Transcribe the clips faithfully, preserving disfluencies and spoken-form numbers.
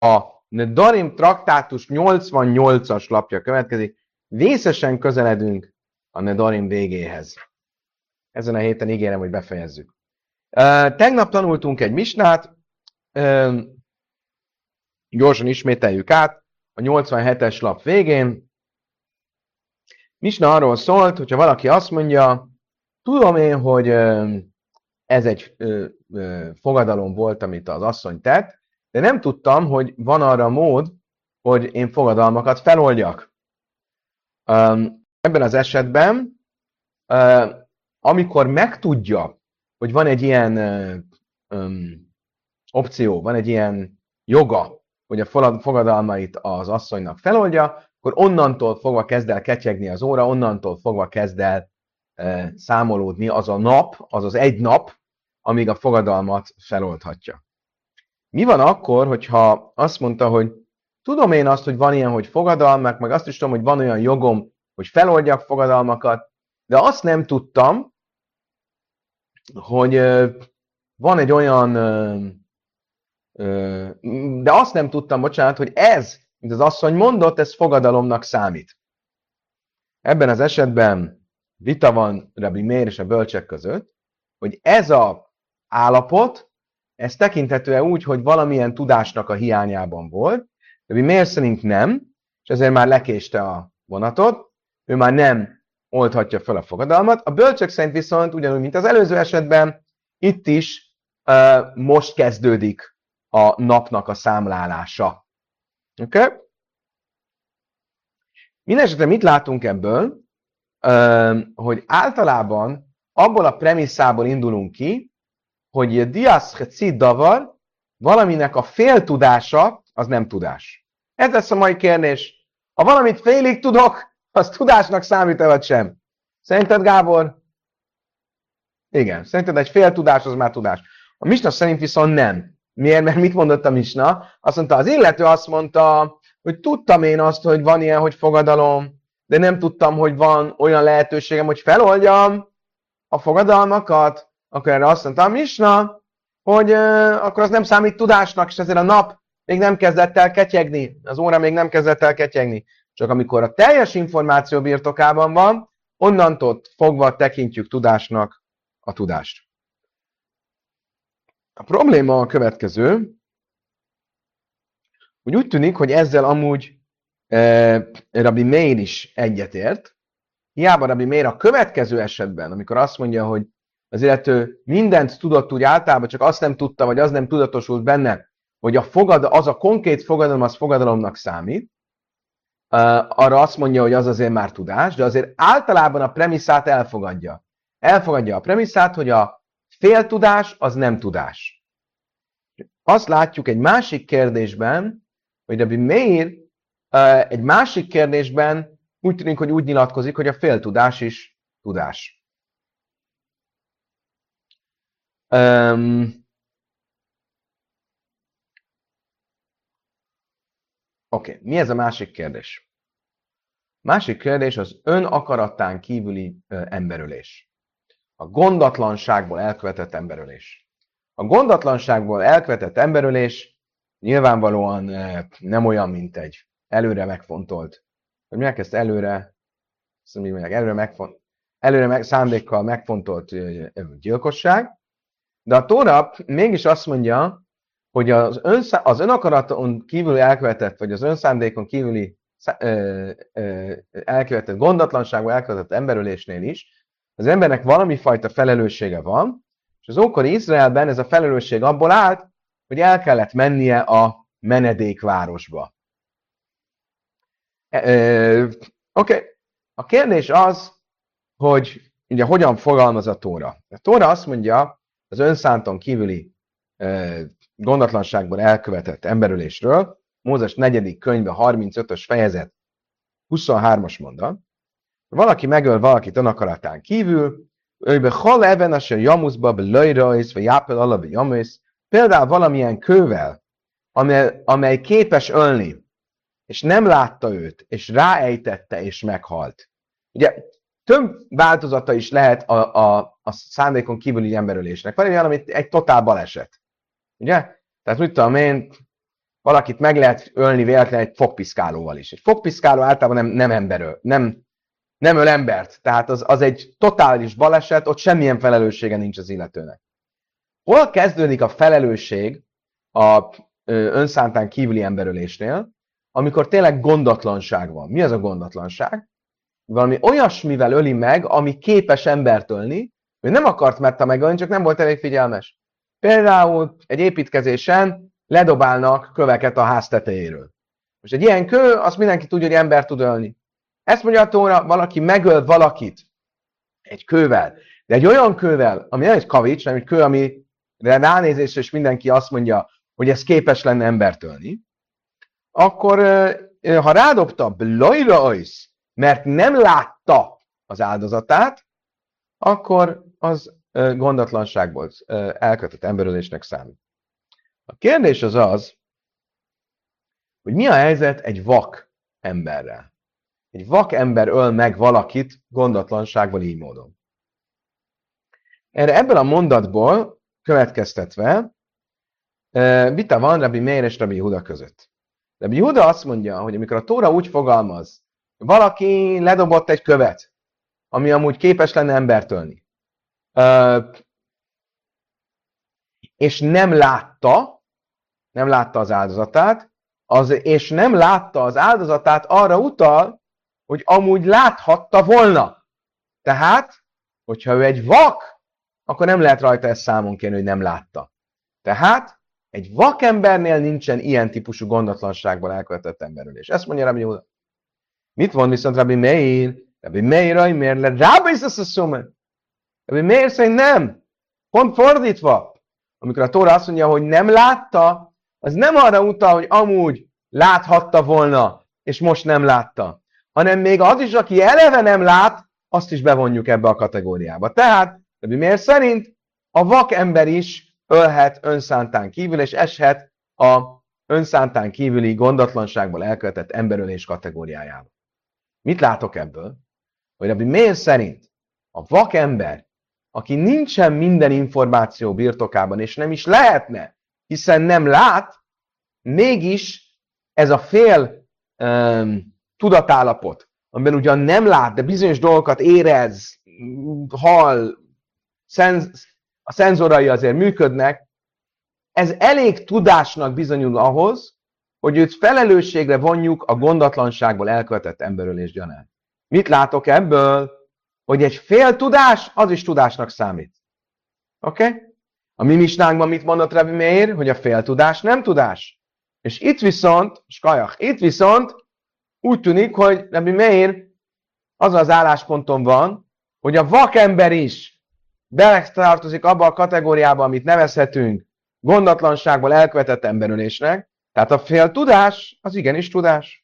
A Nedarim traktátus nyolcvannyolcas lapja következik. Vészesen közeledünk a Nedarim végéhez. Ezen a héten ígérem, hogy befejezzük. Uh, tegnap tanultunk egy misnát, uh, gyorsan ismételjük át, a nyolcvanhetes lap végén. Misna arról szólt, hogyha valaki azt mondja, tudom én, hogy uh, ez egy uh, uh, fogadalom volt, amit az asszony tett, de nem tudtam, hogy van arra mód, hogy én fogadalmakat feloldjak. Um, ebben az esetben, uh, amikor megtudja, hogy van egy ilyen uh, um, opció, van egy ilyen joga, hogy a fogadalmait az asszonynak feloldja, akkor onnantól fogva kezd el ketyegni az óra, onnantól fogva kezd el uh, számolódni az a nap, az az egy nap, amíg a fogadalmat feloldhatja. Mi van akkor, hogyha azt mondta, hogy tudom én azt, hogy van ilyen, hogy fogadalmak, meg azt is tudom, hogy van olyan jogom, hogy feloldjak fogadalmakat, de azt nem tudtam, hogy van egy olyan, de azt nem tudtam, bocsánat, hogy ez, mint az asszony mondott, ez fogadalomnak számít. Ebben az esetben vita van Rabbi Meir és a bölcsek között, hogy ez az állapot, ez tekinthető-e úgy, hogy valamilyen tudásnak a hiányában volt, Rabbi Meir szerint nem, és ezért már lekéste a vonatot, ő már nem oldhatja fel a fogadalmat. A bölcsök szerint viszont ugyanúgy, mint az előző esetben, itt is uh, most kezdődik a napnak a számlálása. Oké? Okay? Mindenesetre mit látunk ebből? Uh, hogy általában abból a premisszából indulunk ki, hogy a diasz hecid davar, valaminek a fél tudása, az nem tudás. Ez lesz a mai kérdés. Ha valamit félig tudok, az tudásnak számít-e vagy sem? Szerinted, Gábor? Igen. Szerinted egy fél tudás, az már tudás. A misna szerint viszont nem. Miért? Mert mit mondott a misna? Azt mondta, az illető azt mondta, hogy tudtam én azt, hogy van ilyen, hogy fogadalom, de nem tudtam, hogy van olyan lehetőségem, hogy feloldjam a fogadalmakat. Akkor erre azt mondta a misna, hogy uh, akkor az nem számít tudásnak, és ezért a nap még nem kezdett el ketyegni, az óra még nem kezdett el ketyegni. Csak amikor a teljes információ birtokában van, onnantól fogva tekintjük tudásnak a tudást. A probléma a következő, hogy úgy tűnik, hogy ezzel amúgy e, Rabbi Meir is egyetért. Hiába Rabbi Meir a következő esetben, amikor azt mondja, hogy az illető mindent tudott úgy általában, csak azt nem tudta, vagy az nem tudatosult benne, hogy a fogad, az a konkrét fogadalom, az fogadalomnak számít, uh, arra azt mondja, hogy az azért már tudás, de azért általában a premisszát elfogadja. Elfogadja a premisszát, hogy a féltudás az nem tudás. Azt látjuk egy másik kérdésben, hogy Rabbi Meir uh, egy másik kérdésben úgy tűnik, hogy úgy nyilatkozik, hogy a féltudás is tudás. Um, Oké, okay. Mi ez a másik kérdés? Másik kérdés az ön akaratán kívüli ö, emberölés. A gondatlanságból elkövetett emberölés. A gondatlanságból elkövetett emberölés nyilvánvalóan ö, nem olyan, mint egy előre megfontolt, hogy minek ezt előre, mondják, előre, megfont, előre meg, szándékkal megfontolt ö, ö, gyilkosság, de a Tóra mégis azt mondja, hogy az, önszá- az önakaraton kívüli elkövetett, vagy az önszándékon kívüli ö, ö, elkövetett, gondatlanságban elkövetett emberölésnél is, az embernek valami fajta felelőssége van, és az ókori Izraelben ez a felelősség abból állt, hogy el kellett mennie a menedékvárosba. Oké, okay. A kérdés az, hogy ugye hogyan fogalmaz a Tóra. A Tóra azt mondja, az önszánton kívüli ö, gondatlanságból elkövetett emberölésről, Mózes negyedik könyve harmincötös fejezet huszonhármas mondat, valaki megöl valakit önakaratán kívül, őbe hal even asher jamuszba be löjrajsz, vagy jápel ala be jamusz, például valamilyen kővel, amely, amely képes ölni, és nem látta őt, és ráejtette, és meghalt. Ugye több változata is lehet a, a, a szándékon kívüli emberölésnek. Van olyan, amit egy totál baleset. Ugye? Tehát mit tudom én, valakit meg lehet ölni véletlenül egy fogpiszkálóval is. Egy fogpiszkáló általában nem, nem emberöl, nem, nem öl embert. Tehát az, az egy totális baleset, ott semmilyen felelőssége nincs az illetőnek. Hol kezdődik a felelősség a önszántán kívüli emberölésnél, amikor tényleg gondatlanság van? Mi az a gondatlanság? Valami olyasmivel öli meg, ami képes embert ölni, ő nem akart Metta megölni, csak nem volt elég figyelmes. Például egy építkezésen ledobálnak köveket a ház tetejéről. Most egy ilyen kő, azt mindenki tudja, hogy ember tud ölni. Ezt mondja a Tóra, valaki megöl valakit egy kővel, de egy olyan kővel, ami nem egy kavics, hanem egy kő, amire ránézésre is mindenki azt mondja, hogy ez képes lenne embert ölni, akkor ha rádobta blajra ősz, mert nem látta az áldozatát, akkor az gondatlanságból elkövetett emberölésnek számít. A kérdés az az, hogy mi a helyzet egy vak emberrel. Egy vak ember öl meg valakit gondatlanságból így módon. Erre ebből a mondatból következtetve vita van Rabbi Meir és Rabbi Yehuda között. Rabbi Yehuda azt mondja, hogy amikor a Tóra úgy fogalmaz, valaki ledobott egy követ, ami amúgy képes lenne embert ölni, és nem látta, nem látta az áldozatát, az, és nem látta az áldozatát arra utal, hogy amúgy láthatta volna. Tehát, hogyha ő egy vak, akkor nem lehet rajta ezt számon kérni, hogy nem látta. Tehát, egy vakembernél nincsen ilyen típusú gondatlanságból elkövetett emberölés. Ezt mondja Rabbi Yehuda. Mit mond viszont Rabbi Meir? Rabbi Meir, miért le rába is ezt a szumen? Rabbi Meir szerint nem. Pont fordítva. Amikor a Tóra azt mondja, hogy nem látta, az nem arra utal, hogy amúgy láthatta volna, és most nem látta. Hanem még az is, aki eleve nem lát, azt is bevonjuk ebbe a kategóriába. Tehát, Rabbi Meir szerint a vakember is ölhet önszántán kívül, és eshet a önszántán kívüli gondatlanságból elkövetett emberölés kategóriájába. Mit látok ebből? Hogy Rabbi Meir szerint a vakember, aki nincsen minden információ birtokában, és nem is lehetne, hiszen nem lát, mégis ez a fél um, tudatállapot, amiben ugyan nem lát, de bizonyos dolgokat érez, hall, szenz, a szenzorai azért működnek, ez elég tudásnak bizonyul ahhoz, hogy őt felelősségre vonjuk a gondatlanságból elkövetett emberölés gyanán. Mit látok ebből? Hogy egy fél tudás, az is tudásnak számít. Oké? Okay? A mi misnánkban mit mondott Rabbi Meir? Hogy a fél tudás nem tudás. És itt viszont, skajach, itt viszont úgy tűnik, hogy Rabbi Meir az az állásponton van, hogy a vakember is beletartozik abba a kategóriába, amit nevezhetünk gondatlanságból elkövetett emberölésnek, tehát a fél tudás, az igenis tudás.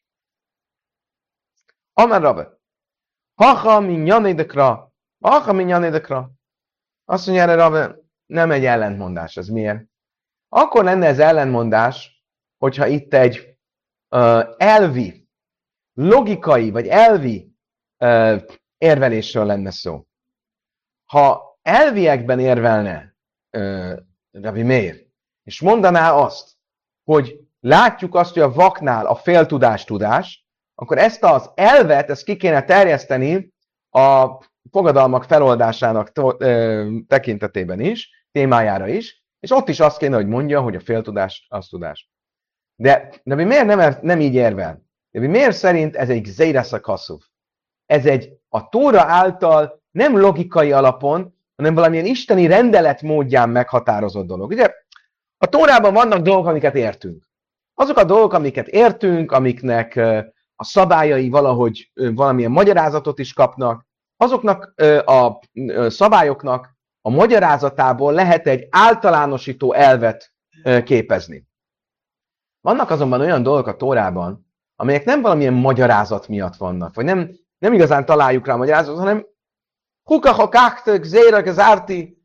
Amar Rabbe. Hacha minyanidekra. Hacha minyanidekra. Azt mondja erre Rabbe, nem egy ellentmondás, ez miért? Akkor lenne ez ellentmondás, hogyha itt egy uh, elvi, logikai, vagy elvi uh, érvelésről lenne szó. Ha elviekben érvelne uh, Rabbi Meir, és mondaná azt, hogy látjuk azt, hogy a vaknál a féltudás tudás, akkor ezt az elvet, ezt ki kéne terjeszteni a fogadalmak feloldásának tekintetében is, témájára is, és ott is azt kéne, hogy mondja, hogy a féltudás az tudás. De Rabbi Meir nem, nem így érvel. Rabbi Meir szerint ez egy gzeirasa kaszuf. Ez egy a Tóra által nem logikai alapon, hanem valamilyen isteni rendelet módján meghatározott dolog. Ugye a Tórában vannak dolgok, amiket értünk. Azok a dolgok, amiket értünk, amiknek a szabályai valahogy valamilyen magyarázatot is kapnak, azoknak a szabályoknak a magyarázatából lehet egy általánosító elvet képezni. Vannak azonban olyan dolgok a Tórában, amelyek nem valamilyen magyarázat miatt vannak, vagy nem, nem igazán találjuk rá a magyarázatot, hanem Hukach kaktek, zérak az árti,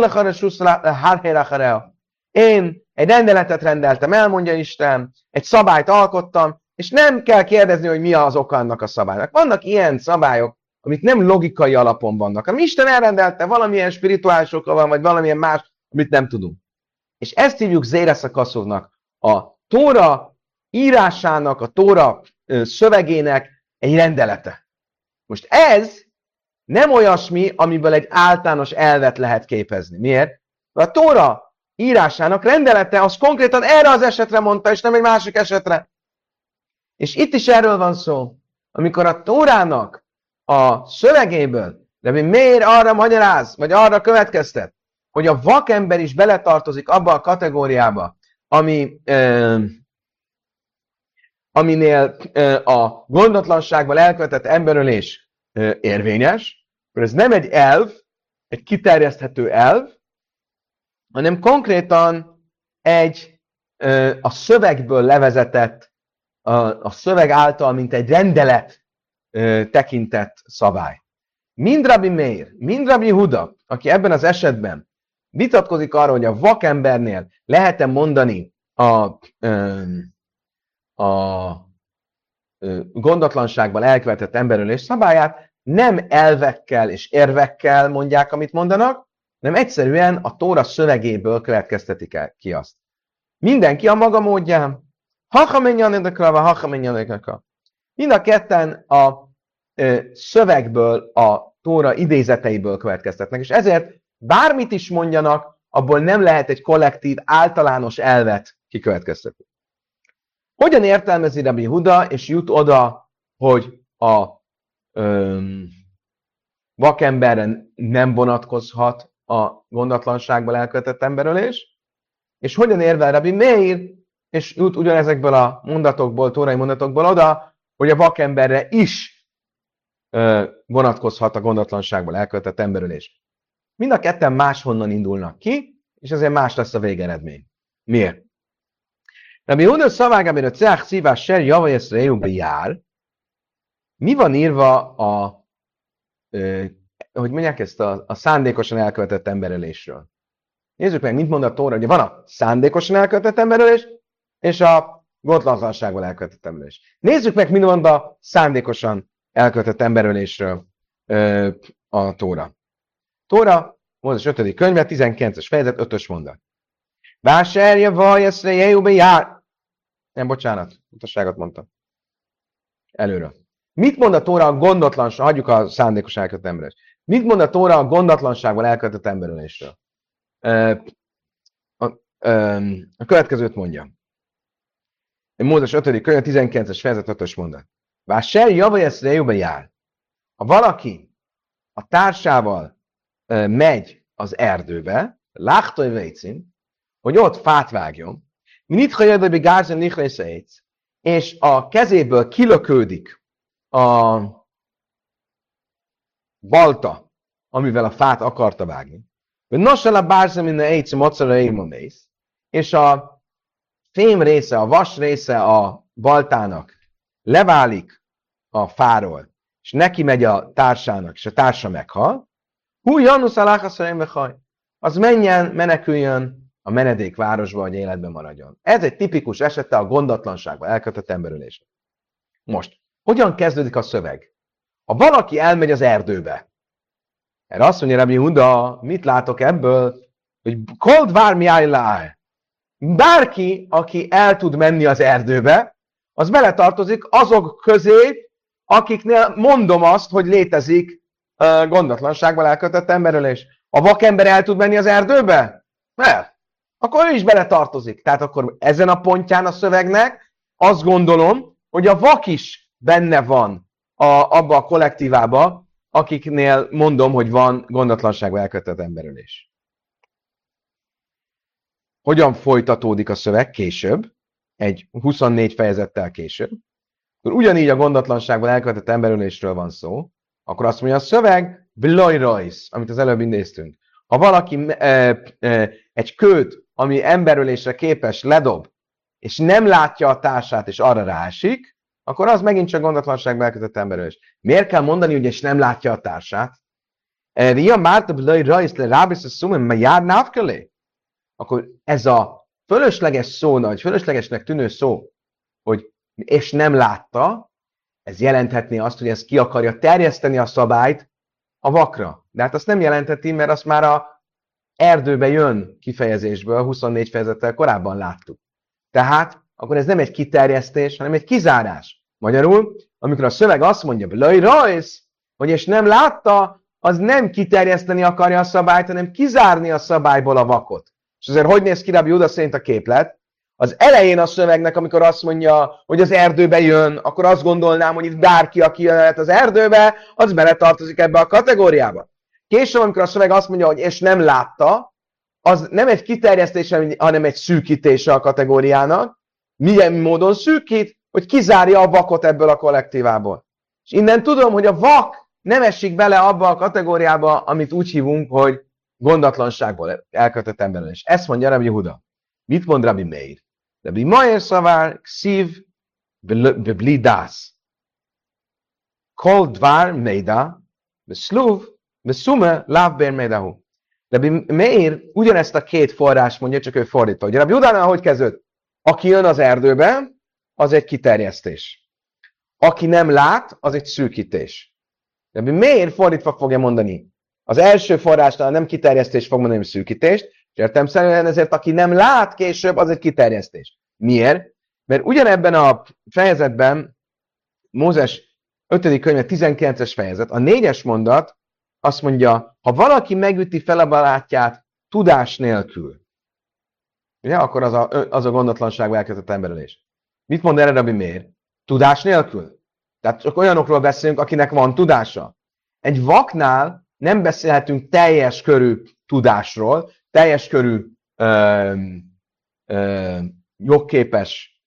én egy rendeletet rendeltem el, mondja Isten, egy szabályt alkottam, és nem kell kérdezni, hogy mi az oka annak a szabálynak. Vannak ilyen szabályok, amik nem logikai alapon vannak. Ami Isten elrendelte, valamilyen spirituális oka van, vagy valamilyen más, amit nem tudunk. És ezt hívjuk Zéresz a Kaszovnak, a Tóra írásának, a Tóra szövegének egy rendelete. Most ez nem olyasmi, amiből egy általános elvet lehet képezni. Miért? A Tóra írásának rendelete az konkrétan erre az esetre mondta, és nem egy másik esetre. És itt is erről van szó. Amikor a Tórának a szövegéből, de mi miért arra magyaráz, vagy arra következtet, hogy a vakember is beletartozik abba a kategóriába, ami, euh, aminél euh, a gondotlansággal elkövetett emberölés euh, érvényes, akkor ez nem egy elv, egy kiterjeszthető elv, hanem konkrétan egy euh, a szövegből levezetett, a, a szöveg által, mint egy rendelet euh, tekintett szabály. Mind Rabbi Meir, mind Rabbi Huda, aki ebben az esetben vitatkozik arra, hogy a vakembernél lehet-e mondani a, a gondotlanságban elkövetett emberölés szabályát, nem elvekkel és érvekkel mondják, amit mondanak, hanem egyszerűen a Tóra szövegéből következtetik el ki azt. Mindenki a maga módján. Mind a ketten a szövegből, a Tóra idézeteiből következtetnek, és ezért bármit is mondjanak, abból nem lehet egy kollektív, általános elvet kikövetkeztetni. Hogyan értelmezi Rabbi Huda, és jut oda, hogy a öm, vakemberre nem vonatkozhat a gondatlanságból elkövetett emberölés, és hogyan érvel Rabbi Meir, és jut ugyanezekből a mondatokból, tórai mondatokból oda, hogy a vakemberre is ö, vonatkozhat a gondatlanságból elkövetett emberölés. Mind a ketten máshonnan indulnak ki, és ezért más lesz a végeredmény. Miért? Rabbi Huda szavágában a ceach szívás ser javajeszre éjúbe jár. Mi van írva a, ö, hogy mondják ezt, a, a szándékosan elkövetett emberölésről? Nézzük meg, mit mond a Tóra, hogy van a szándékosan elkövetett emberölés, és a gondatlanságból elkövetett emberölés. Nézzük meg, mit mond a szándékosan elkövetett emberölésről ö, a Tóra. Tóra, Mózes ötödik könyve, tizenkilences fejezet, ötös mondat. Vásárja vajeszre jejúbe jár. Nem, bocsánat, utasságot mondtam. Előről. Mit mond a Tóra a gondotlanság, hagyjuk a szándékos elkövetett emberölést. Mit mond a Tóra a gondatlanságból elkövetett emberölésről? A, a, a következőt mondja. Mózes ötödik könyve, tizenkilences fejezet, ötös mondat. Vásárja vajeszre jejúbe jár. Ha valaki a társával megy az erdőbe, láhtoj vejcin, hogy ott fát vágjon, minit hajadai gárzen nichlészeic, és a kezéből kilökődik a balta, amivel a fát akarta vágni, hogy nosel a bárzen minden eic, macera émomész, és a fém része, a vas része a baltának leválik a fáról, és neki megy a társának, és a társa meghal, hú, Janusz aláhaszraim az menjen, meneküljön a menedékvárosba, hogy életben maradjon. Ez egy tipikus esete a gondatlanságban elkövetett emberölésnek. Most, hogyan kezdődik a szöveg? Ha valaki elmegy az erdőbe, erre azt mondja Rabbi Huda, mit látok ebből, hogy kold vármi állá. Bárki, aki el tud menni az erdőbe, az beletartozik azok közé, akiknél mondom azt, hogy létezik uh, gondatlanságban elkövetett emberölés. A vakember el tud menni az erdőbe? El. Akkor ő is beletartozik. Tehát akkor ezen a pontján a szövegnek azt gondolom, hogy a vak is benne van a, abba a kollektívába, akiknél mondom, hogy van gondatlanságban elkövetett emberölés. Hogyan folytatódik a szöveg később? Egy huszonnégy fejezettel később. Akkor ugyanígy a gondatlanságban elkövetett emberölésről van szó, akkor azt mondja a szöveg, bloj rajsz, amit az előbb idéztünk. Ha valaki e, e, egy kőt, ami emberölésre képes, ledob, és nem látja a társát, és arra rásik, akkor az megint csak gondatlanságban elkövetett emberölés. Miért kell mondani, hogy és nem látja a társát? Ria Márta bloj rajsz le rábisz a szumim, mert jár návkelé. Akkor ez a fölösleges szó, vagy fölöslegesnek tűnő szó, hogy és nem látta, ez jelenthetné azt, hogy ez ki akarja terjeszteni a szabályt a vakra. De hát azt nem jelentheti, mert azt már a erdőbe jön kifejezésből, huszonnégy fejezettel korábban láttuk. Tehát akkor ez nem egy kiterjesztés, hanem egy kizárás. Magyarul, amikor a szöveg azt mondja, Blöj rajz, hogy és nem látta, az nem kiterjeszteni akarja a szabályt, hanem kizárni a szabályból a vakot. És azért hogy néz ki Rabbi Júda szerint a képlet? Az elején a szövegnek, amikor azt mondja, hogy az erdőbe jön, akkor azt gondolnám, hogy itt bárki, aki jön az erdőbe, az beletartozik ebbe a kategóriába. Később, amikor a szöveg azt mondja, hogy és nem látta, az nem egy kiterjesztés, hanem egy szűkítése a kategóriának. Milyen módon szűkít? Hogy kizárja a vakot ebből a kollektívából. És innen tudom, hogy a vak nem esik bele abba a kategóriába, amit úgy hívunk, hogy gondatlanságból elkötött emberen. És ezt mondja Rabbi Huda. Mit mond Rabbi Meir? Rabbi Meir szavár, ksiv, beblidász. Kol dvar meida, beszluv, beszume, lávbér meidahu. Rabbi Meir ugyanezt a két forrás mondja, csak ő fordítva. Ugye Rabbi Hudánál hogy kezdődött? Aki jön az erdőbe, az egy kiterjesztés. Aki nem lát, az egy szűkítés. Rabbi Meir fordítva fogja mondani. Az első forrásnál nem kiterjesztés fog mondani, hanem szűkítést, és értelemszerűen ezért aki nem lát később, az egy kiterjesztés. Miért? Mert ugyanebben a fejezetben, Mózes ötödik könyve tizenkilences fejezet, a négyes mondat azt mondja, ha valaki megüti fel a barátját tudás nélkül, ugye, akkor az a, az a gondatlanságba elkötött emberölés. Mit mond erre Rabbi Meir? Tudás nélkül. Tehát csak olyanokról beszélünk, akinek van tudása. Egy vaknál nem beszélhetünk teljes körű tudásról, teljes körű ö, ö, jogképes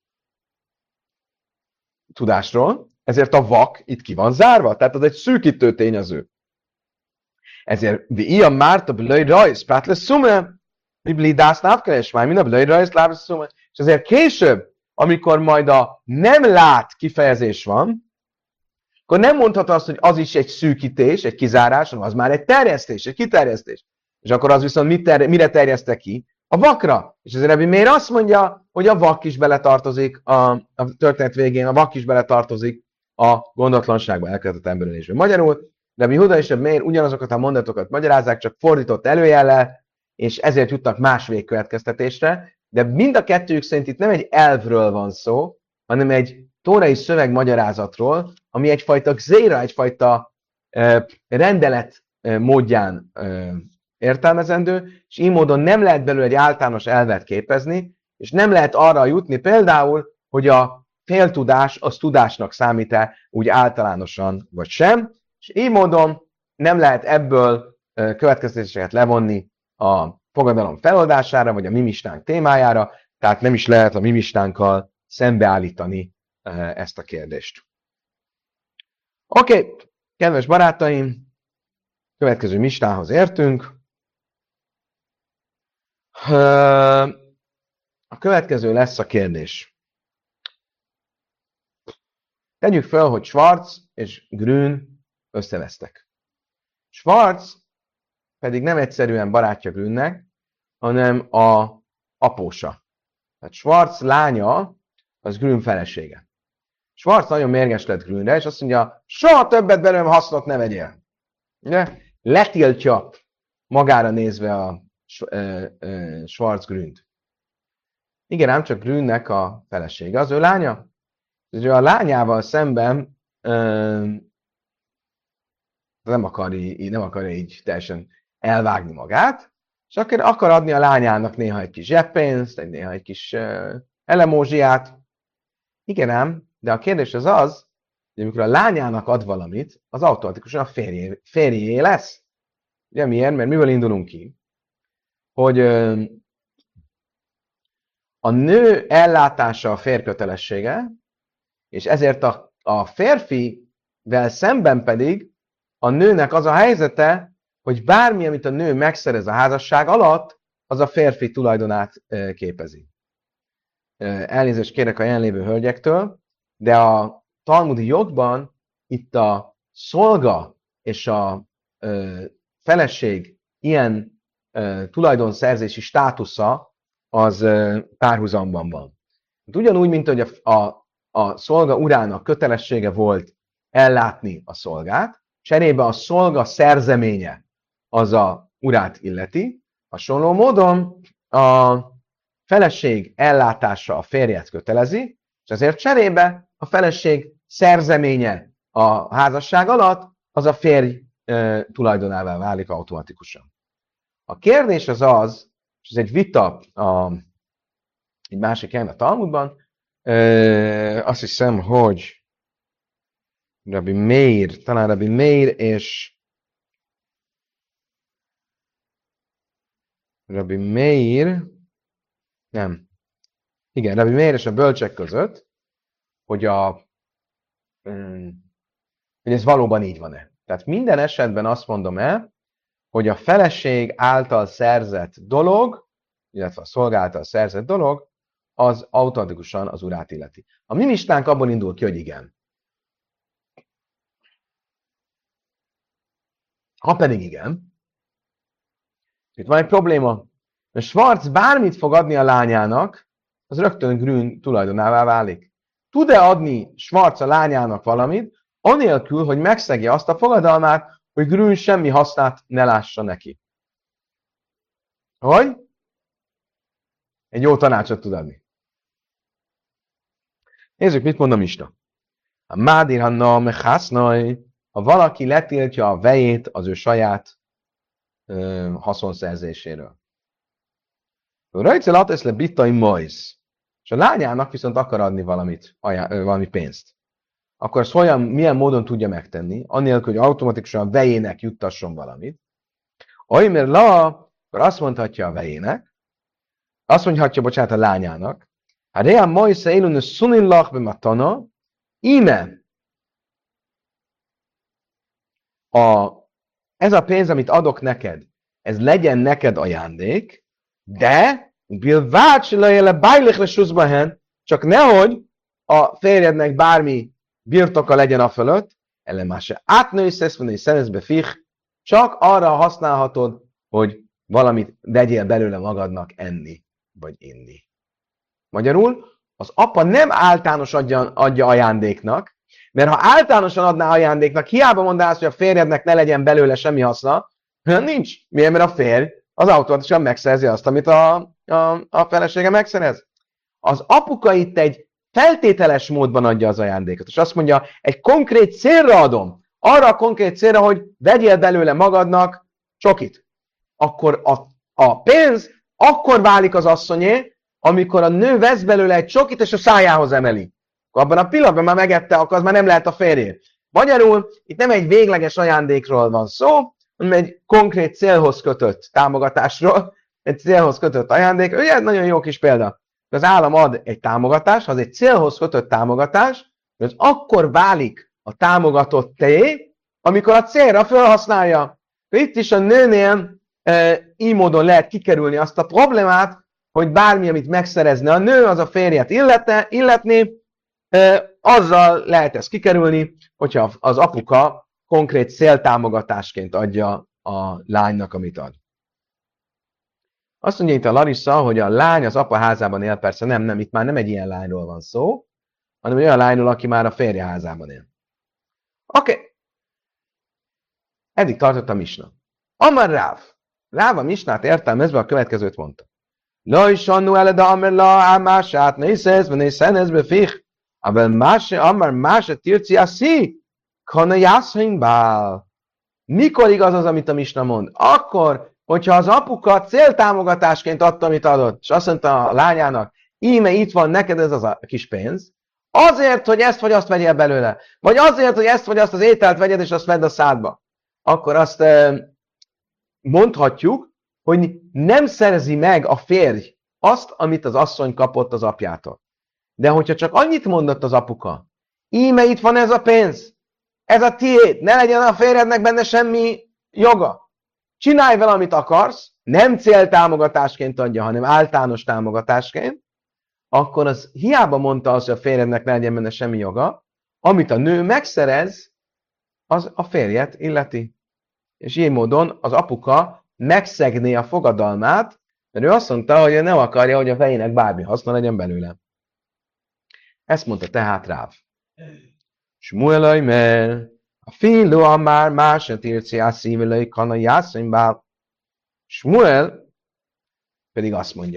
tudásról, ezért a vak itt ki van zárva, tehát az egy szűkítő tényező. Ezért vi ilyen márta blöj rajz, prátle szume, biblidász návkeres már, mind a blöj rajz, lábra szume. És ezért később, amikor majd a nem lát kifejezés van, akkor nem mondhatod azt, hogy az is egy szűkítés, egy kizárás, hanem az már egy terjesztés, egy kiterjesztés. És akkor az viszont mit ter- mire terjeszte ki? A vakra. És ezért Rabbi Meir azt mondja, hogy a vak is beletartozik, a, a történet végén a vak is beletartozik a gondatlanságba elkövetett emberölésbe. Magyarul Rabbi Huda és Rabbi Meir ugyanazokat a mondatokat magyarázzák, csak fordított előjellel, és ezért jutnak más végkövetkeztetésre, de mind a kettőjük szerint itt nem egy elvről van szó, hanem egy tórai szöveg magyarázatról, ami egyfajta gzéra, egyfajta uh, rendelet uh, módján uh, értelmezendő, és így módon nem lehet belőle egy általános elvet képezni, és nem lehet arra jutni például, hogy a féltudás az tudásnak számít-e úgy általánosan, vagy sem, és így módon nem lehet ebből uh, következtetéseket levonni a fogadalom feloldására, vagy a mimistánk témájára, tehát nem is lehet a mimistánkkal szembeállítani ezt a kérdést. Oké, okay, kedves barátaim, következő mistához értünk. A következő lesz a kérdés. Tegyük fel, hogy Schwarz és Grün összevesztek. Schwarz pedig nem egyszerűen barátja Grünnek, hanem a apósa. Tehát Schwarz lánya az Grün felesége. Schwarz nagyon mérges lett Grünre, és azt mondja, soha többet belőlem hasznot ne vegyél. Ugye? Letiltja magára nézve a Schwarz Grünt. Igen, ám csak Grünnek a felesége. Az ő lánya. És a lányával szemben ö, nem, akar így, nem akarja így teljesen elvágni magát, és akkor akar adni a lányának néha egy kis zseppénzt, néha egy kis uh, elemózsiát. Igen ám, de a kérdés az az, hogy amikor a lányának ad valamit, az automatikusan a férjé, férjé lesz. Ugye miért? Mert miből indulunk ki? Hogy uh, a nő ellátása a férj kötelessége, és ezért a, a férfivel szemben pedig a nőnek az a helyzete, hogy bármi, amit a nő megszerez a házasság alatt, az a férfi tulajdonát képezi. Elnézést kérek a jelenlévő hölgyektől, de a talmudi jogban itt a szolga és a feleség ilyen tulajdonszerzési státusza az párhuzamban van. Ugyanúgy, mint hogy a, a, a szolga urának kötelessége volt ellátni a szolgát, cserébe a szolga szerzeménye az a urát illeti, hasonló módon a feleség ellátása a férjet kötelezi, és ezért cserébe a feleség szerzeménye a házasság alatt, az a férj e, tulajdonává válik automatikusan. A kérdés az az, és ez egy vita a, egy másik helyen a Talmudban, e, azt hiszem, hogy Rabbi Meir, talán Rabbi Meir és Rabbi Meir, nem, igen, Rabbi Meir és a bölcsek között, hogy, a, hogy ez valóban így van-e. Tehát minden esetben azt mondom el, hogy a feleség által szerzett dolog, illetve a szolga által szerzett dolog, az automatikusan az urát illeti. A mi mistánk abból indul ki, hogy igen. Ha pedig igen, itt van egy probléma. A Schwarz bármit fog adni a lányának, az rögtön Grün tulajdonává válik. Tud-e adni Schwarz a lányának valamit, anélkül, hogy megszegje azt a fogadalmát, hogy Grün semmi hasznát ne lássa neki? Hogy? Egy jó tanácsot tud adni. Nézzük, mit mond a Misna. A Mádir Hanna mechásznaj, ha valaki letiltja a vejét az ő saját ö, haszonszerzéséről. Rajcel atesz le bittai majsz, és a lányának viszont akar adni valamit, ajá, ö, valami pénzt. Akkor ezt olyan, milyen módon tudja megtenni, annélkül, hogy automatikusan a vejének juttasson valamit. Ajmer la, akkor azt mondhatja a vejének, azt mondhatja, bocsánat, a lányának, hát reám majsz élőn szunillach be matana, íme a, ez a pénz, amit adok neked, ez legyen neked ajándék, de csak nehogy a férjednek bármi birtoka legyen a fölött, ellemáse átnőszesz, van egy szeneszbe fich, csak arra használhatod, hogy valamit vegyél belőle magadnak enni, vagy inni. Magyarul, az apa nem általános adja, adja ajándéknak, mert ha általánosan adná ajándéknak, hiába mondanász, hogy a férjednek ne legyen belőle semmi haszna, nincs. Miért? Mert a férj az automatikusan megszerzi azt, amit a, a, a felesége megszerez. Az apuka itt egy feltételes módban adja az ajándékot, és azt mondja, egy konkrét célra adom, arra a konkrét célra, hogy vegyél belőle magadnak csokit. Akkor a, a pénz akkor válik az asszonyé, amikor a nő vesz belőle egy csokit, és a szájához emeli. Abban a pillanatban már megette, akkor az már nem lehet a férjé. Magyarul itt nem egy végleges ajándékról van szó, hanem egy konkrét célhoz kötött támogatásról, egy célhoz kötött ajándék. Ugye nagyon jó kis példa. Az állam ad egy támogatást, ha az egy célhoz kötött támogatás, az akkor válik a támogatotté, amikor a célra felhasználja. Itt is a nőnél e, így módon lehet kikerülni azt a problémát, hogy bármi, amit megszerezne a nő, az a férjet illete, illetni, e, azzal lehet ezt kikerülni, hogyha az apuka konkrét céltámogatásként adja a lánynak, amit ad. Azt mondja itt a Larissa, hogy a lány az apa házában él, persze nem, nem, itt már nem egy ilyen lányról van szó, hanem egy olyan lányról, aki már a férje házában él. Oké. Okay. Eddig tartott a misna. Amar Ráv. Ráv a misnát értelmezve a következőt mondta. La is annu ele da amar la ámását, ne iszez, ne iszenezbe fich, aber máse, amar máse tirci aszi, kana jászhain bál. Mikor igaz az, amit a misna mond? Akkor, hogyha az apuka céltámogatásként adta, amit adott, és azt mondta a lányának, íme itt van neked ez az a kis pénz, azért, hogy ezt vagy azt vegyél belőle, vagy azért, hogy ezt vagy azt az ételt vegyed, és azt vedd a szádba, akkor azt mondhatjuk, hogy nem szerzi meg a férj azt, amit az asszony kapott az apjától. De hogyha csak annyit mondott az apuka, íme itt van ez a pénz, ez a tiéd, ne legyen a férjednek benne semmi joga. Csinálj vele, amit akarsz, nem céltámogatásként adja, hanem általános támogatásként, akkor az hiába mondta azt, hogy a férjednek ne legyen benne semmi joga, amit a nő megszerez, az a férjet illeti. És így módon az apuka megszegné a fogadalmát, mert ő azt mondta, hogy ő nem akarja, hogy a fejének bármi haszna legyen belőle. Ezt mondta tehát Ráv. Smuelaj mer, a félő a már másat írci a szívelői kana jászonybbá. Smuel pedig azt mondja,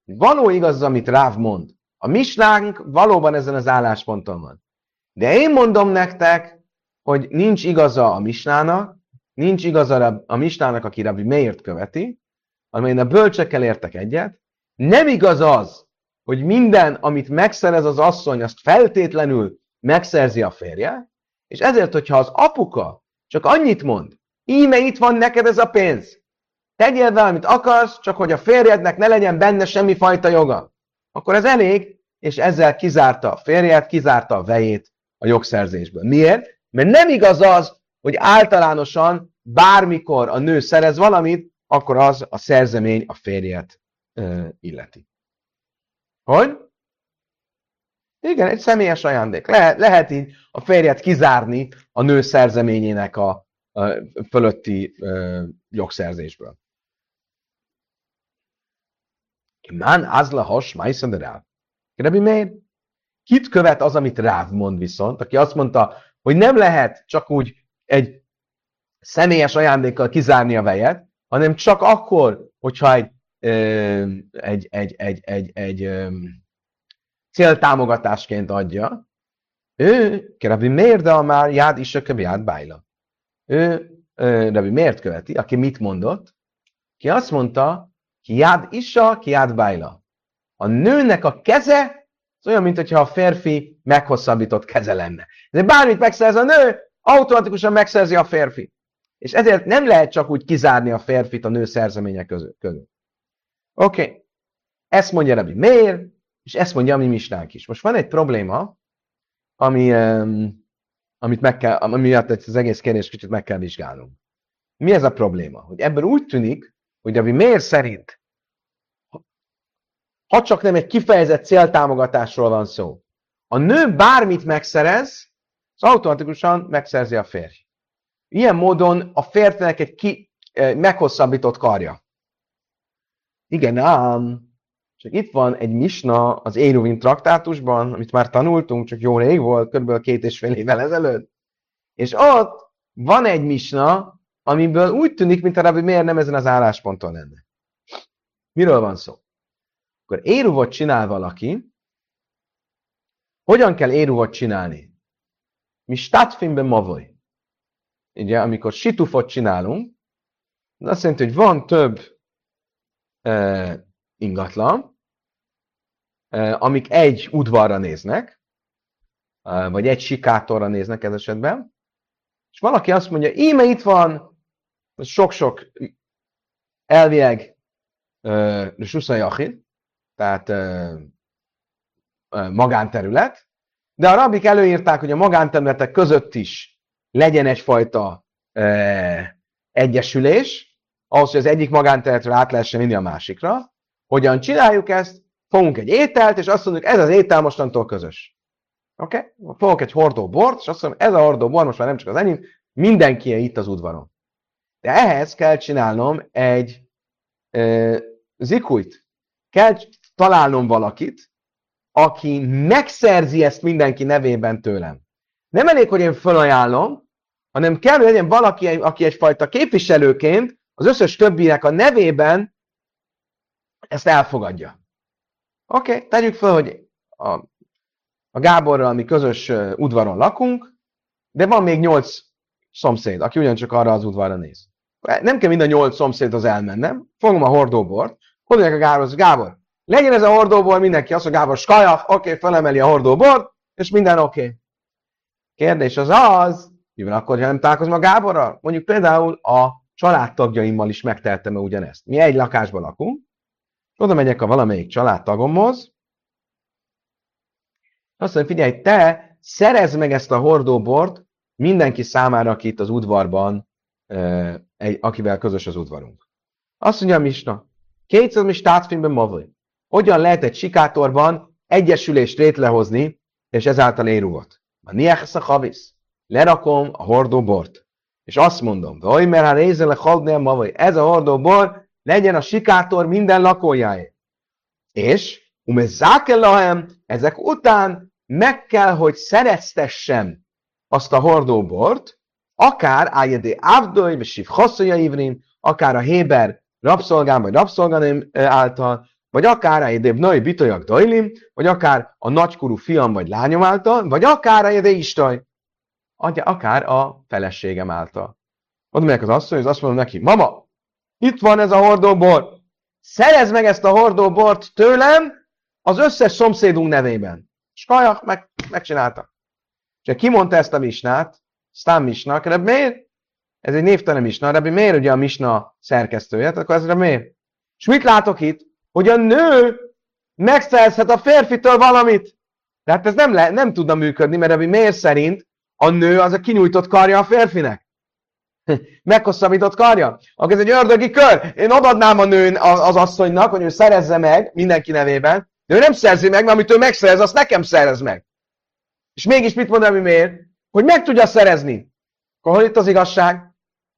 való igaz, amit Ráv mond. A misnánk valóban ezen az állásponton van. De én mondom nektek, hogy nincs igaza a misnának, nincs igaza a misnának, aki Rabbi Meért követi, amelyen a bölcsekkel értek egyet. Nem igaz az, hogy minden, amit megszerez az asszony, azt feltétlenül megszerzi a férje, és ezért, hogyha az apuka csak annyit mond, íme itt van neked ez a pénz, tegyél vele, amit akarsz, csak hogy a férjednek ne legyen benne semmifajta joga, akkor ez elég, és ezzel kizárta a férjet, kizárta a vejét a jogszerzésből. Miért? Mert nem igaz az, hogy általánosan bármikor a nő szerez valamit, akkor az a szerzemény a férjet ö, illeti. Hogy? Igen, egy személyes ajándék. Le- lehet így a férjet kizárni a nő szerzeményének a, a fölötti ö, jogszerzésből. Mán azla has májszad Ráv. Rabbi Meir, kit követ az, amit Ráv mond viszont, aki azt mondta, hogy nem lehet csak úgy egy személyes ajándékkal kizárni a vejet, hanem csak akkor, hogyha egy, ö, egy, egy, egy, egy, egy ö, céltámogatásként adja. Ő, Rabbi Meir, de már jád is a jád bájla. Ő ö, Rabbi Meirt követi, aki mit mondott? Ki azt mondta, ki jád isa, ki jád bájla. A nőnek a keze az olyan, mintha a férfi meghosszabbított keze lenne. De bármit megszerz a nő, automatikusan megszerzi a férfi. És ezért nem lehet csak úgy kizárni a férfit a nő szerzemények között. Oké. Okay. Ezt mondja Rabbi Meir, és ezt mondja a mi misnánk is. Most van egy probléma, ami, um, amit meg kell, ami miatt az egész kérdés kicsit meg kell vizsgálnunk. Mi ez a probléma? Hogy ebből úgy tűnik, hogy Rabbi Meir szerint, ha csak nem egy kifejezett céltámogatásról van szó, a nő bármit megszerez, az automatikusan megszerzi a férj. Ilyen módon a férfinek egy ki, eh, meghosszabbított karja. Igen, ám, csak itt van egy misna az Éruvin traktátusban, amit már tanultunk, csak jó rég volt, kb. két és fél évvel ezelőtt. És ott van egy misna, amiből úgy tűnik, mint a Rabbi Meir nem ezen az állásponton lenne. Miről van szó? Akkor éruvot csinál valaki. Hogyan kell éruvot csinálni? Mi statfinben mavoy. Ugye, amikor situfot csinálunk, az azt jelenti, hogy van több e, ingatlan, e, amik egy udvarra néznek, e, vagy egy sikátorra néznek ez esetben, és valaki azt mondja, íme itt van sok-sok elvileg e, suszajachid, tehát e, e, magánterület, de a rabbik előírták, hogy a magánterületek között is legyen egyfajta e, egyesülés, ahhoz, hogy az egyik magánterületről át lehessen vinni a másikra. Hogyan csináljuk ezt? Fogunk egy ételt, és azt mondjuk, ez az étel mostantól közös. Oké? Okay? Fogok egy hordó bort, és azt mondom, ez a hordó bor most már nem csak az enyém, mindenki itt az udvaron. De ehhez kell csinálnom egy e, zikujt. Kell találnom valakit, aki megszerzi ezt mindenki nevében tőlem. Nem elég, hogy én felajánlom, hanem kell, hogy legyen valaki, aki egyfajta képviselőként az összes többinek a nevében ezt elfogadja. Oké, okay, tegyük fel, hogy a, a Gáborral mi közös udvaron lakunk, de van még nyolc szomszéd, aki ugyancsak arra az udvarra néz. Nem kell mind a nyolc szomszédhoz elmennem, fogom a hordóbort, mondják a Gáborhoz, Gábor, legyen ez a hordóbor, mindenki azt mondja, Gábor, skajaf, oké, okay, felemeli a hordóbort, és minden oké. Okay. Kérdés az az, mi van akkor, ha nem találkozom a Gáborral? Mondjuk például a családtagjaimmal is megtehetem-e ugyanezt. Mi egy lakásban lakunk, oda megyek a valamelyik családtagomhoz, azt mondja, figyelj, te szerezd meg ezt a hordóbort mindenki számára, aki itt az udvarban, akivel közös az udvarunk. Azt mondja a misna, kétszer mi státfilmben mavai. Hogyan lehet egy sikátorban egyesülést létrehozni, és ezáltal éruvot? A niechesz a havisz. Lerakom a hordóbort. És azt mondom, hogy mert ha rézele haldnél mavai, ez a hordóbor legyen a sikátor minden lakójáé. És, umezzákellahem, ezek után meg kell, hogy szereztessem azt a hordóbort, akár ájedé ávdói, vagy sív hosszolja ivrin, akár a héber rabszolgám, vagy rabszolganém által, vagy akár egyéb női bitoljak dajlim, vagy akár a nagykorú fiam vagy lányom által, vagy akár egyéb istaj, akár a feleségem által. Oda megyek az asszony, és azt mondom neki, mama, itt van ez a hordóbor, szerezd meg ezt a hordóbort tőlem az összes szomszédunk nevében. És kajak, meg, megcsinálta. És ki mondta ezt a misnát? Sztán misna, de miért? Ez egy névtelen misna, de miért ugye a misna szerkesztője? Akkor ez miért? És mit látok itt? Hogy a nő megszerezhet a férfitől valamit. De hát ez nem, le, nem tudna működni, mert Rabbi Meir szerint a nő az a kinyújtott karja a férfinek. Meghosszabbított karja. Akkor ez egy ördögi kör. Én odaadnám a nőn az asszonynak, hogy ő szerezze meg mindenki nevében, de ő nem szerzi meg, mert amit ő megszerez, azt nekem szerez meg. És mégis mit mond Rabbi Meir? Hogy meg tudja szerezni. Akkor hol itt az igazság?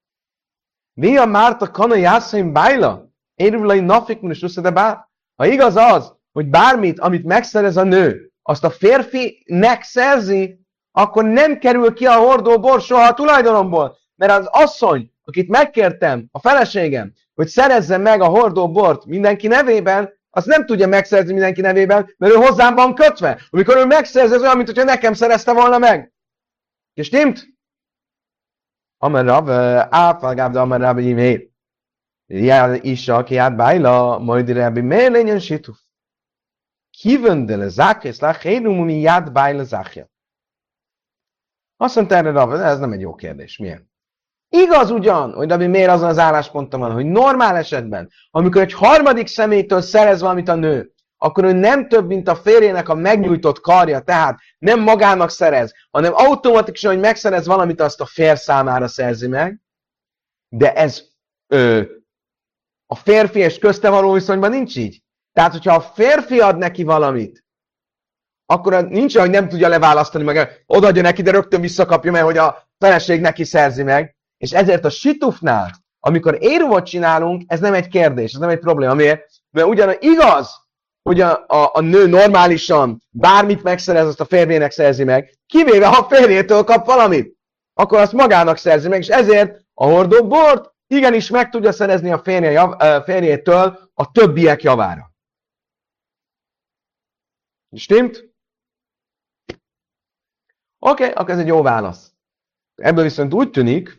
Mi a Márta kana jászaim bájla? Érülei nafik minus összede bár? Ha igaz az, hogy bármit, amit megszerez a nő, azt a férfinek szerzi, akkor nem kerül ki a hordóbor soha a tulajdonomból. Mert az asszony, akit megkértem, a feleségem, hogy szerezze meg a hordóbort mindenki nevében, azt nem tudja megszerezni mindenki nevében, mert ő hozzám van kötve. Amikor ő megszerzi, ez olyan, mintha nekem szerezte volna meg. És stimmt? Amer Rav, áfalgább, de Amer Rav imér. Ja, Isha, ki át bájla, majd Rabbi Meir lényen situf. Kivendele zákja, és láhénumuni ját bájla zákja. Azt mondta erre Rav, ez nem egy jó kérdés. Milyen? Igaz ugyan, hogy Rabbi Meir azon az állásponton van, hogy normál esetben, amikor egy harmadik személytől szerez valamit a nő, akkor ő nem több, mint a férjének a megnyújtott karja, tehát nem magának szerez, hanem automatikusan, hogy megszerez valamit, azt a férj számára szerzi meg, de ez ö, a férfi és közte való viszonyban nincs így. Tehát, hogyha a férfi ad neki valamit, akkor nincs, hogy nem tudja leválasztani, meg odaadja neki, de rögtön visszakapja, mert hogy a feleség neki szerzi meg. És ezért a situfnál, amikor éruvot csinálunk, ez nem egy kérdés, ez nem egy probléma. Miért? Mert ugyan igaz, hogy a, a, a nő normálisan bármit megszerez, azt a férjének szerzi meg, kivéve ha a férjétől kap valamit, akkor azt magának szerzi meg, és ezért a hordóbort igenis meg tudja szerezni a férje jav, férjétől a többiek javára. Stimmt? Oké, okay, akkor ez egy jó válasz. Ebből viszont úgy tűnik,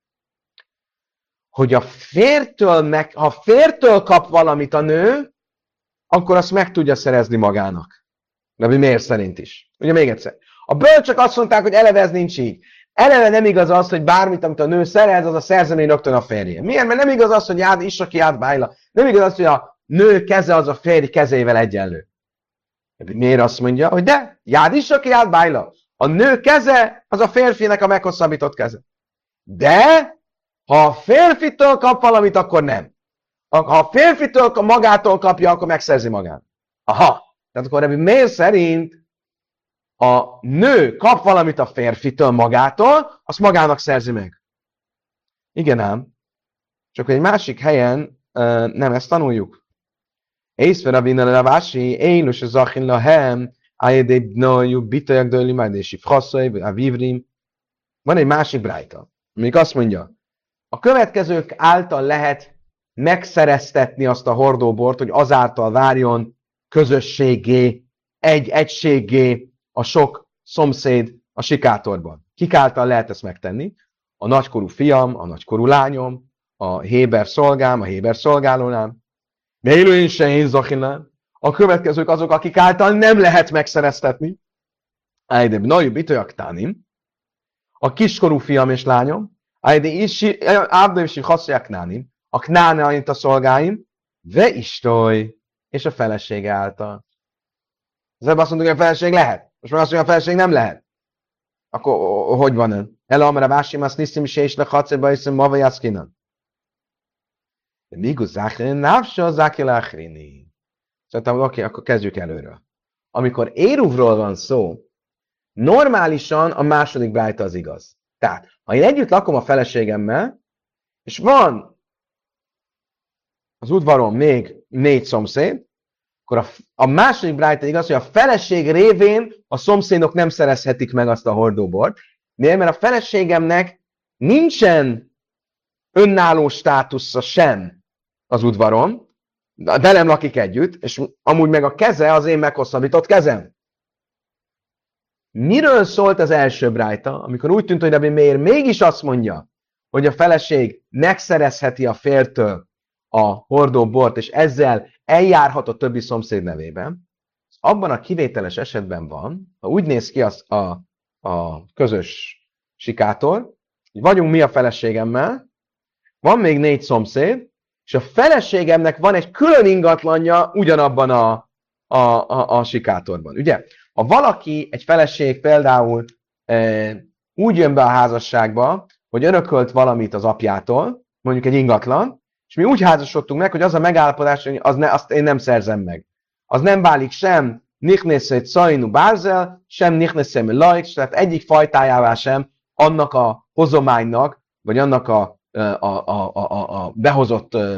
hogy a fértől meg, ha fértől kap valamit a nő, akkor azt meg tudja szerezni magának. De miért szerint is? Ugye még egyszer. A bölcsök azt mondták, hogy eleve ez nincs így. Eleve nem igaz az, hogy bármit, amit a nő szerez, az a szerzemény rögtön a férje. Miért? Mert nem igaz az, hogy jád is, aki jád bájla. Nem igaz az, hogy a nő keze az a férj kezével egyenlő. Miért azt mondja, hogy de, jád is, aki jád bájla. A nő keze az a férfinek a meghosszabbított keze. De, ha a férfitől kap valamit, akkor nem. Ha a férfitől magától kapja, akkor megszerzi magát. Aha. Tehát akkor Rabbi Meir szerint a nő kap valamit a férfitől magától, azt magának szerzi meg. Igen ám. Csak egy másik helyen uh, nem ezt tanuljuk. Észve Rabbi Ravási, élus a zachin lahem, ájedébb nojú, bitajak dőli, majd és ifrasszai, a vivrim. Van egy másik brájta, amik azt mondja, a következők által lehet megszereztetni azt a hordóbort, hogy azáltal várjon közösségé, egy egységé a sok szomszéd a sikátorban. Kik által lehet ezt megtenni? A nagykorú fiam, a nagykorú lányom, a héber szolgám, a héber szolgálónám. De élőin se én zachinám. A következők azok, akik által nem lehet megszereztetni. Ájdeb, nagyobb itoljak tánim. A kiskorú fiam és lányom. Ájdeb, és haszolják nánim. A knáneait a szolgáim. Ve istoj. És a felesége által. Az ebben azt mondjuk, hogy a feleség lehet. Most már azt mondja, hogy a feleség nem lehet. Akkor hogy van ön? Ela amara vásim, azt nisztim is és lehacérba hiszem ma vagy aszkinan. De míg zákrin návsa, zákil áhrini. Szóval oké, akkor kezdjük előről. Amikor éruvról van szó, normálisan a második brájta az igaz. Tehát, ha én együtt lakom a feleségemmel, és van az udvaron még négy szomszéd, akkor a, a második brájta igaz, hogy a feleség révén a szomszédok nem szerezhetik meg azt a hordóbort. Miért? Mert a feleségemnek nincsen önálló státusza sem az udvaron, velem lakik együtt, és amúgy meg a keze az én meghosszabbított kezem. Miről szólt az első brájta, amikor úgy tűnt, hogy Rabbi Meir mégis azt mondja, hogy a feleség megszerezheti a fértől a hordó bort, és ezzel eljárhat a többi szomszéd nevében. Abban a kivételes esetben van, ha úgy néz ki az a, a közös sikátor, hogy vagyunk mi a feleségemmel, van még négy szomszéd, és a feleségemnek van egy külön ingatlanja ugyanabban a, a, a, a sikátorban. Ugye? Ha valaki, egy feleség például e, úgy jön be a házasságba, hogy örökölt valamit az apjától, mondjuk egy ingatlan, és mi úgy házasodtunk meg, hogy az a megállapodás, hogy az ne, azt én nem szerzem meg. Az nem válik sem nichnészét szainu bárzel, sem nichnészét laik, tehát egyik fajtájává sem annak a hozománynak, vagy annak a, a, a, a, a behozott ö,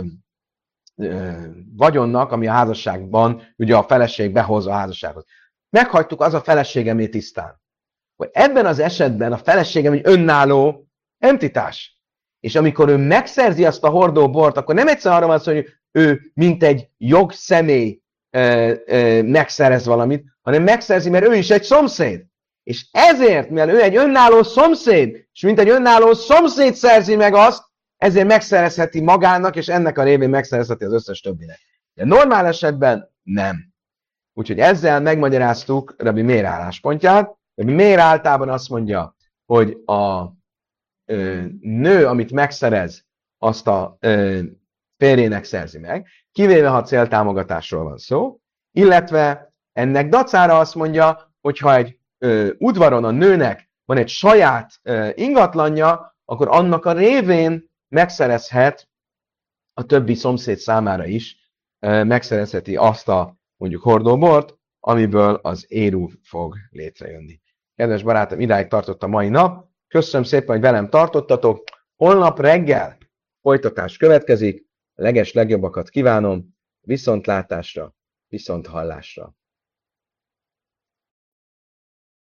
ö, vagyonnak, ami a házasságban, ugye a feleség behozza a házassághoz. Meghagytuk az a feleségemé tisztán. Hogy ebben az esetben a feleségem egy önálló entitás. És amikor ő megszerzi azt a hordó bort, akkor nem egyszerűen arra van szó, hogy ő mint egy jogszemély ö, ö, megszerez valamit, hanem megszerzi, mert ő is egy szomszéd. És ezért, mivel ő egy önálló szomszéd, és mint egy önálló szomszéd szerzi meg azt, ezért megszerezheti magának, és ennek a révén megszerezheti az összes többinek. De normál esetben nem. Úgyhogy ezzel megmagyaráztuk Rabbi Meir álláspontját. Rabbi Meir általában azt mondja, hogy a ö, nő, amit megszerez, azt a ö, férjének szerzi meg, kivéve ha céltámogatásról van szó, illetve ennek dacára azt mondja, hogy ha egy ö, udvaron a nőnek van egy saját ö, ingatlanja, akkor annak a révén megszerezhet a többi szomszéd számára is, ö, megszerezheti azt a mondjuk hordóbort, amiből az éruv fog létrejönni. Kedves barátom, idáig tartott a mai nap. Köszönöm szépen, hogy velem tartottatok. Holnap reggel folytatás következik. A leges legjobbakat kívánom. Viszontlátásra, viszont hallásra.